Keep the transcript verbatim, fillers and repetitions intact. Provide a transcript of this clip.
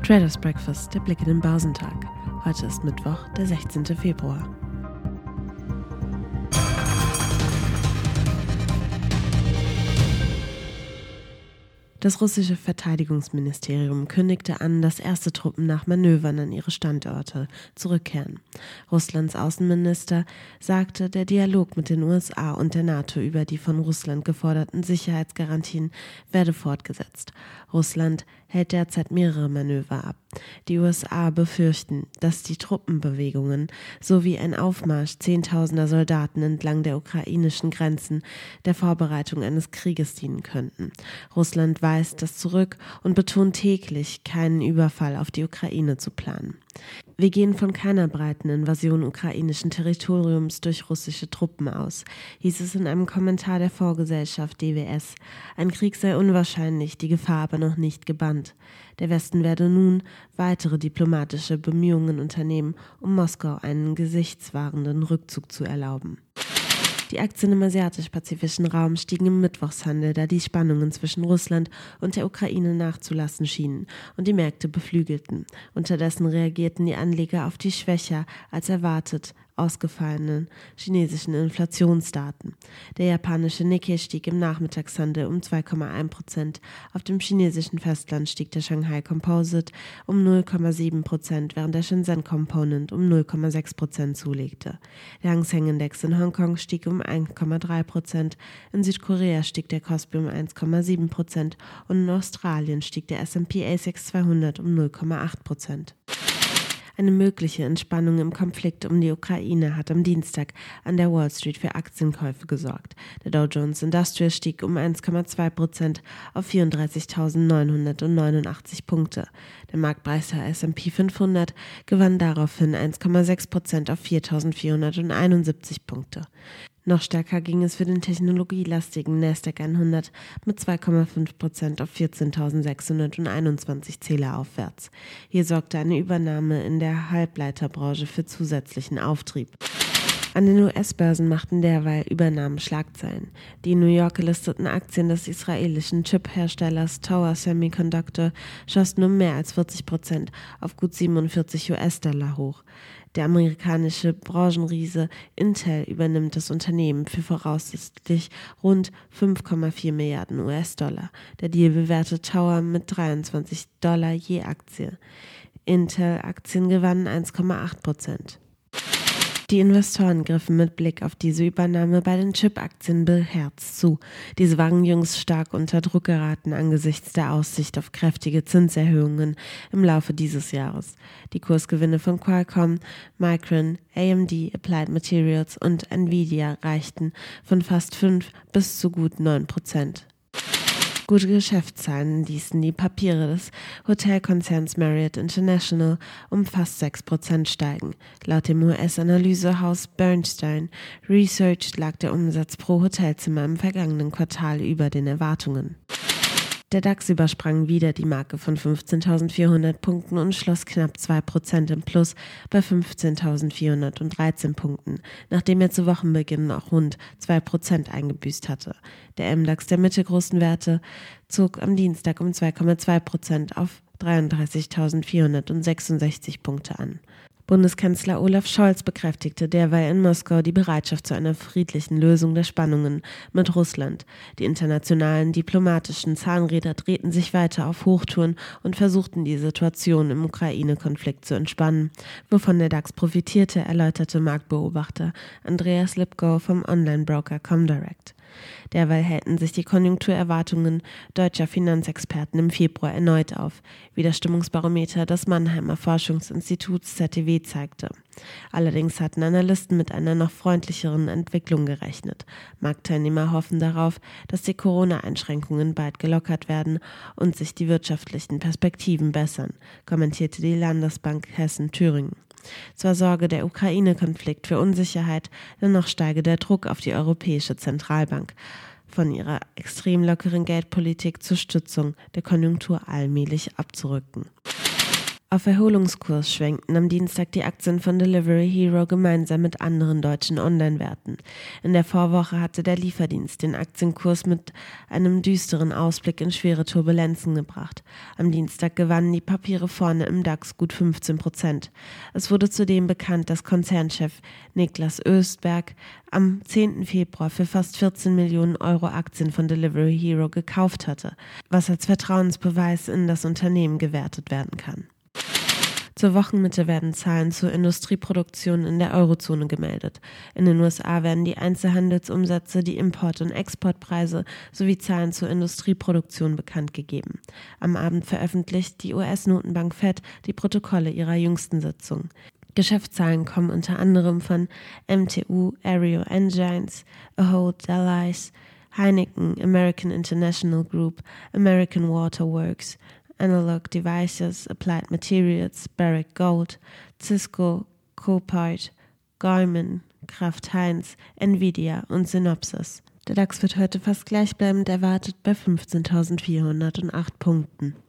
Traders Breakfast, der Blick in den Börsentag. Heute ist Mittwoch, der sechzehnte Februar. Das russische Verteidigungsministerium kündigte an, dass erste Truppen nach Manövern an ihre Standorte zurückkehren. Russlands Außenminister sagte, der Dialog mit den U S A und der NATO über die von Russland geforderten Sicherheitsgarantien werde fortgesetzt. Russland hält derzeit mehrere Manöver ab. Die U S A befürchten, dass die Truppenbewegungen sowie ein Aufmarsch zehntausender Soldaten entlang der ukrainischen Grenzen der Vorbereitung eines Krieges dienen könnten. Russland weist das zurück und betont täglich, keinen Überfall auf die Ukraine zu planen. Wir gehen von keiner breiten Invasion ukrainischen Territoriums durch russische Truppen aus, hieß es in einem Kommentar der Vorgesellschaft D W S. Ein Krieg sei unwahrscheinlich, die Gefahr aber noch nicht gebannt. Der Westen werde nun weitere diplomatische Bemühungen unternehmen, um Moskau einen gesichtswahrenden Rückzug zu erlauben. Die Aktien im asiatisch-pazifischen Raum stiegen im Mittwochshandel, da die Spannungen zwischen Russland und der Ukraine nachzulassen schienen und die Märkte beflügelten. Unterdessen reagierten die Anleger auf die schwächer als erwartet ausgefallenen chinesischen Inflationsdaten. Der japanische Nikkei stieg im Nachmittagshandel um zwei Komma eins Prozent. Auf dem chinesischen Festland stieg der Shanghai Composite um null Komma sieben Prozent, während der Shenzhen Component um null Komma sechs Prozent zulegte. Der Hang Seng Index in Hongkong stieg um eins Komma drei Prozent. In Südkorea stieg der Kospi um eins Komma sieben Prozent und in Australien stieg der S and P A S X zweihundert um null Komma acht Prozent. Eine mögliche Entspannung im Konflikt um die Ukraine hat am Dienstag an der Wall Street für Aktienkäufe gesorgt. Der Dow Jones Industrial stieg um eins Komma zwei Prozent auf vierunddreißigtausendneunhundertneunundachtzig Punkte. Der Marktpreis der S and P fünfhundert gewann daraufhin eins Komma sechs Prozent auf viertausendvierhunderteinundsiebzig Punkte. Noch stärker ging es für den technologielastigen Nasdaq hundert mit zwei Komma fünf Prozent auf vierzehntausendsechshunderteinundzwanzig Zähler aufwärts. Hier sorgte eine Übernahme in der Halbleiterbranche für zusätzlichen Auftrieb. An den U S-Börsen machten derweil Übernahmen Schlagzeilen. Die in New York gelisteten Aktien des israelischen Chip-Herstellers Tower Semiconductor schossen um mehr als vierzig Prozent auf gut siebenundvierzig US-Dollar hoch. Der amerikanische Branchenriese Intel übernimmt das Unternehmen für voraussichtlich rund fünf Komma vier Milliarden U S-Dollar. Der Deal bewertet Tower mit dreiundzwanzig Dollar je Aktie. Intel-Aktien gewannen eins Komma acht Prozent. Die Investoren griffen mit Blick auf diese Übernahme bei den Chip-Aktien beherzt zu. Diese waren jüngst stark unter Druck geraten angesichts der Aussicht auf kräftige Zinserhöhungen im Laufe dieses Jahres. Die Kursgewinne von Qualcomm, Micron, A M D, Applied Materials und Nvidia reichten von fast fünf bis zu gut neun Prozent. Gute Geschäftszahlen ließen die Papiere des Hotelkonzerns Marriott International um fast sechs Prozent steigen. Laut dem U S-Analysehaus Bernstein Research lag der Umsatz pro Hotelzimmer im vergangenen Quartal über den Erwartungen. Der DAX übersprang wieder die Marke von fünfzehntausendvierhundert Punkten und schloss knapp zwei Prozent im Plus bei fünfzehntausendvierhundertdreizehn Punkten, nachdem er zu Wochenbeginn auch rund zwei Prozent eingebüßt hatte. Der M DAX der mittelgroßen Werte zog am Dienstag um zwei Komma zwei Prozent auf dreiunddreißigtausendvierhundertsechsundsechzig Punkte an. Bundeskanzler Olaf Scholz bekräftigte derweil in Moskau die Bereitschaft zu einer friedlichen Lösung der Spannungen mit Russland. Die internationalen diplomatischen Zahnräder drehten sich weiter auf Hochtouren und versuchten die Situation im Ukraine-Konflikt zu entspannen. Wovon der DAX profitierte, erläuterte Marktbeobachter Andreas Lipkow vom Online-Broker Comdirect. Derweil hellten sich die Konjunkturerwartungen deutscher Finanzexperten im Februar erneut auf, wie das Stimmungsbarometer des Mannheimer Forschungsinstituts Z T W zeigte. Allerdings hatten Analysten mit einer noch freundlicheren Entwicklung gerechnet. Marktteilnehmer hoffen darauf, dass die Corona-Einschränkungen bald gelockert werden und sich die wirtschaftlichen Perspektiven bessern, kommentierte die Landesbank Hessen-Thüringen. Zwar sorge der Ukraine-Konflikt für Unsicherheit, dennoch steige der Druck auf die Europäische Zentralbank, von ihrer extrem lockeren Geldpolitik zur Stützung der Konjunktur allmählich abzurücken. Auf Erholungskurs schwenkten am Dienstag die Aktien von Delivery Hero gemeinsam mit anderen deutschen Online-Werten. In der Vorwoche hatte der Lieferdienst den Aktienkurs mit einem düsteren Ausblick in schwere Turbulenzen gebracht. Am Dienstag gewannen die Papiere vorne im DAX gut fünfzehn Prozent. Es wurde zudem bekannt, dass Konzernchef Niklas Östberg am zehnten Februar für fast vierzehn Millionen Euro Aktien von Delivery Hero gekauft hatte, was als Vertrauensbeweis in das Unternehmen gewertet werden kann. Zur Wochenmitte werden Zahlen zur Industrieproduktion in der Eurozone gemeldet. In den U S A werden die Einzelhandelsumsätze, die Import- und Exportpreise sowie Zahlen zur Industrieproduktion bekannt gegeben. Am Abend veröffentlicht die U S-Notenbank Fed die Protokolle ihrer jüngsten Sitzung. Geschäftszahlen kommen unter anderem von M T U, Aero Engines, Ahold Delhaize, Heineken, American International Group, American Water Works, Analog Devices, Applied Materials, Barrick Gold, Cisco, Copart, Garmin, Kraft Heinz, Nvidia und Synopsys. Der DAX wird heute fast gleichbleibend erwartet bei fünfzehntausendvierhundertacht Punkten.